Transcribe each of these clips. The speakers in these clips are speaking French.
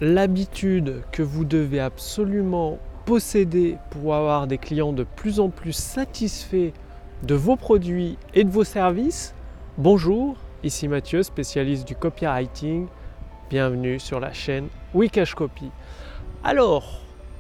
l'habitude que vous devez absolument posséder pour avoir des clients de plus en plus satisfaits de vos produits et de vos services. Bonjour, ici Mathieu, spécialiste du copywriting. Bienvenue sur la chaîne Wikash Copy. Alors,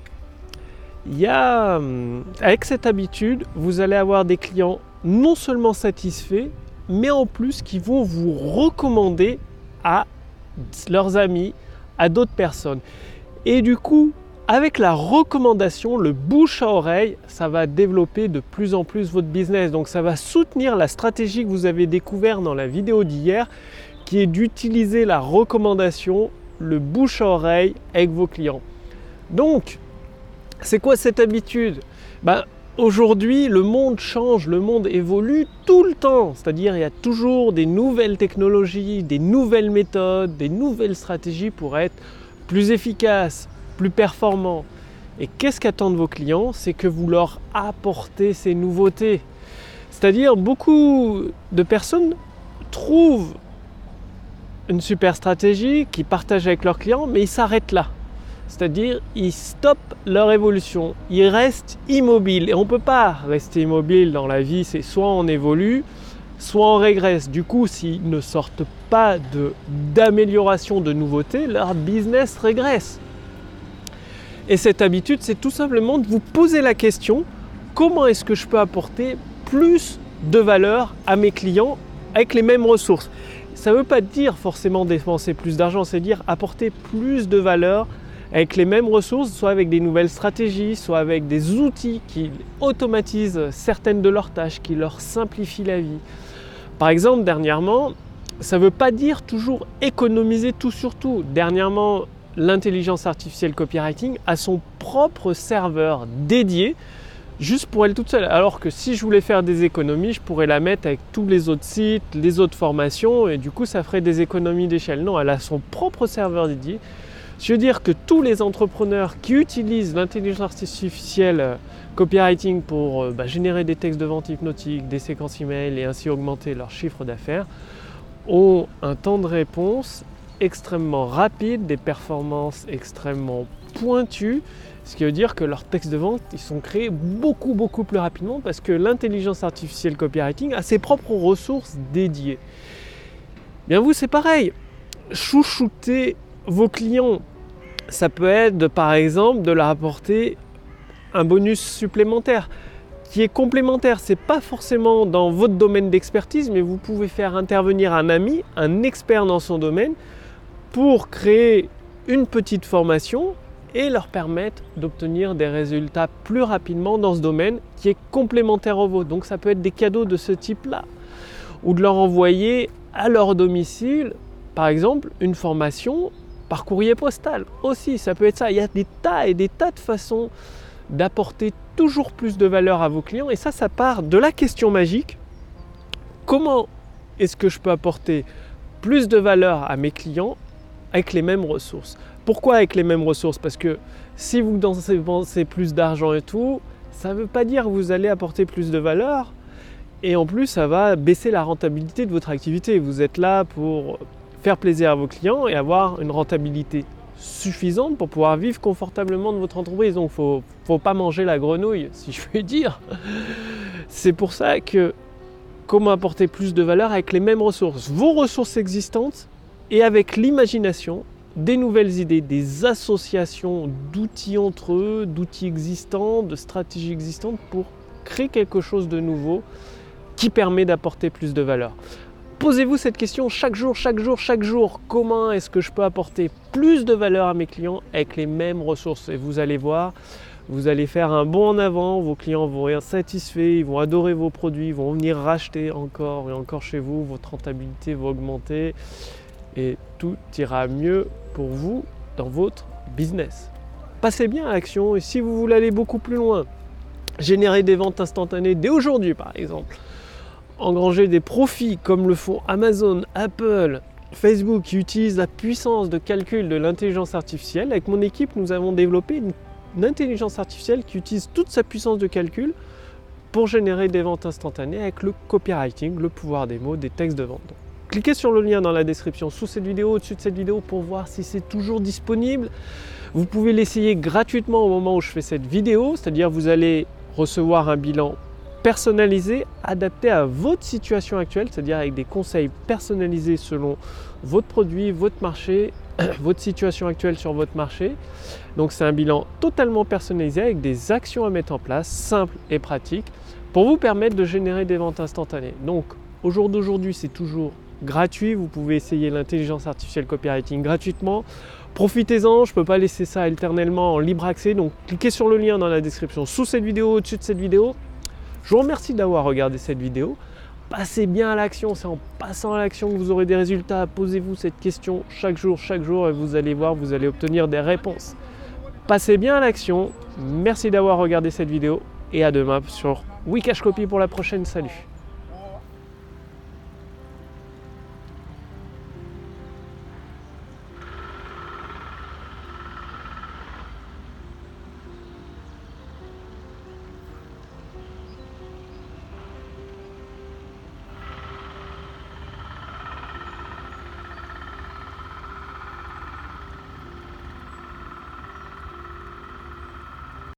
avec cette habitude, vous allez avoir des clients non seulement satisfaits, mais en plus qui vont vous recommander à leurs amis, à d'autres personnes. Et du coup, avec la recommandation, le bouche à oreille, ça va développer de plus en plus votre business. Donc ça va soutenir la stratégie que vous avez découverte dans la vidéo d'hier, qui est d'utiliser la recommandation, le bouche à oreille avec vos clients. Donc, c'est quoi cette habitude ? Aujourd'hui, le monde change, le monde évolue tout le temps. C'est-à-dire, il y a toujours des nouvelles technologies, des nouvelles méthodes, des nouvelles stratégies pour être plus efficace, plus performant. Et qu'est-ce qu'attendent vos clients ? C'est que vous leur apportez ces nouveautés. C'est-à-dire, beaucoup de personnes trouvent une super stratégie qu'ils partagent avec leurs clients, mais ils s'arrêtent là. C'est-à-dire, ils stoppent leur évolution, ils restent immobiles. Et on ne peut pas rester immobile dans la vie, c'est soit on évolue, soit on régresse. Du coup, s'ils ne sortent pas d'amélioration, de nouveautés, leur business régresse. Et cette habitude, c'est tout simplement de vous poser la question, comment est-ce que je peux apporter plus de valeur à mes clients avec les mêmes ressources ? Ça ne veut pas dire forcément dépenser plus d'argent, c'est dire apporter plus de valeur avec les mêmes ressources, soit avec des nouvelles stratégies, soit avec des outils qui automatisent certaines de leurs tâches, qui leur simplifient la vie. Par exemple, dernièrement, ça ne veut pas dire toujours économiser tout sur tout. Dernièrement, l'intelligence artificielle copywriting a son propre serveur dédié, juste pour elle toute seule. Alors que si je voulais faire des économies, je pourrais la mettre avec tous les autres sites, les autres formations, et du coup, ça ferait des économies d'échelle. Non, elle a son propre serveur dédié. Je veux dire que tous les entrepreneurs qui utilisent l'intelligence artificielle copywriting pour générer des textes de vente hypnotiques, des séquences email et ainsi augmenter leur chiffre d'affaires ont un temps de réponse extrêmement rapide, des performances extrêmement pointues, ce qui veut dire que leurs textes de vente ils sont créés beaucoup plus rapidement parce que l'intelligence artificielle copywriting a ses propres ressources dédiées. Bien vous, c'est pareil, chouchouter vos clients. Ça peut être par exemple de leur apporter un bonus supplémentaire qui est complémentaire. Ce n'est pas forcément dans votre domaine d'expertise, mais vous pouvez faire intervenir un ami, un expert dans son domaine pour créer une petite formation et leur permettre d'obtenir des résultats plus rapidement dans ce domaine qui est complémentaire au vôtre. Donc ça peut être des cadeaux de ce type-là ou de leur envoyer à leur domicile, par exemple, une formation par courrier postal aussi, ça peut être ça. Il y a des tas et des tas de façons d'apporter toujours plus de valeur à vos clients et ça part de la question magique. Comment est-ce que je peux apporter plus de valeur à mes clients avec les mêmes ressources ? Pourquoi avec les mêmes ressources ? Parce que si vous dépensez plus d'argent et tout, ça ne veut pas dire que vous allez apporter plus de valeur et en plus ça va baisser la rentabilité de votre activité. Vous êtes là pour faire plaisir à vos clients et avoir une rentabilité suffisante pour pouvoir vivre confortablement de votre entreprise. Donc il ne faut pas manger la grenouille, si je puis dire. C'est pour ça que comment apporter plus de valeur avec les mêmes ressources, vos ressources existantes et avec l'imagination, des nouvelles idées, des associations d'outils entre eux, d'outils existants, de stratégies existantes pour créer quelque chose de nouveau qui permet d'apporter plus de valeur. Posez-vous cette question chaque jour. Comment est-ce que je peux apporter plus de valeur à mes clients avec les mêmes ressources ? Et vous allez voir, vous allez faire un bond en avant, vos clients vont être satisfaits, ils vont adorer vos produits, ils vont venir racheter encore et encore chez vous, votre rentabilité va augmenter et tout ira mieux pour vous dans votre business. Passez bien à l'action et si vous voulez aller beaucoup plus loin, générer des ventes instantanées dès aujourd'hui par exemple, engranger des profits comme le font Amazon, Apple, Facebook qui utilisent la puissance de calcul de l'intelligence artificielle. Avec mon équipe, nous avons développé une intelligence artificielle qui utilise toute sa puissance de calcul pour générer des ventes instantanées avec le copywriting, le pouvoir des mots, des textes de vente. cliquez sur le lien dans la description sous cette vidéo, au-dessus de cette vidéo pour voir si c'est toujours disponible. Vous pouvez l'essayer gratuitement au moment où je fais cette vidéo, c'est-à-dire vous allez recevoir un bilan personnalisé, adapté à votre situation actuelle, c'est-à-dire avec des conseils personnalisés selon votre produit, votre marché, votre situation actuelle sur votre marché. Donc c'est un bilan totalement personnalisé avec des actions à mettre en place, simples et pratiques, pour vous permettre de générer des ventes instantanées. Donc au jour d'aujourd'hui, c'est toujours gratuit, vous pouvez essayer l'intelligence artificielle copywriting gratuitement. Profitez-en, je ne peux pas laisser ça éternellement en libre accès, donc cliquez sur le lien dans la description sous cette vidéo, au-dessus de cette vidéo. Je vous remercie d'avoir regardé cette vidéo. Passez bien à l'action, c'est en passant à l'action que vous aurez des résultats. Posez-vous cette question chaque jour, et vous allez voir, vous allez obtenir des réponses. Passez bien à l'action. Merci d'avoir regardé cette vidéo et à demain sur Wikash Copy pour la prochaine. Salut!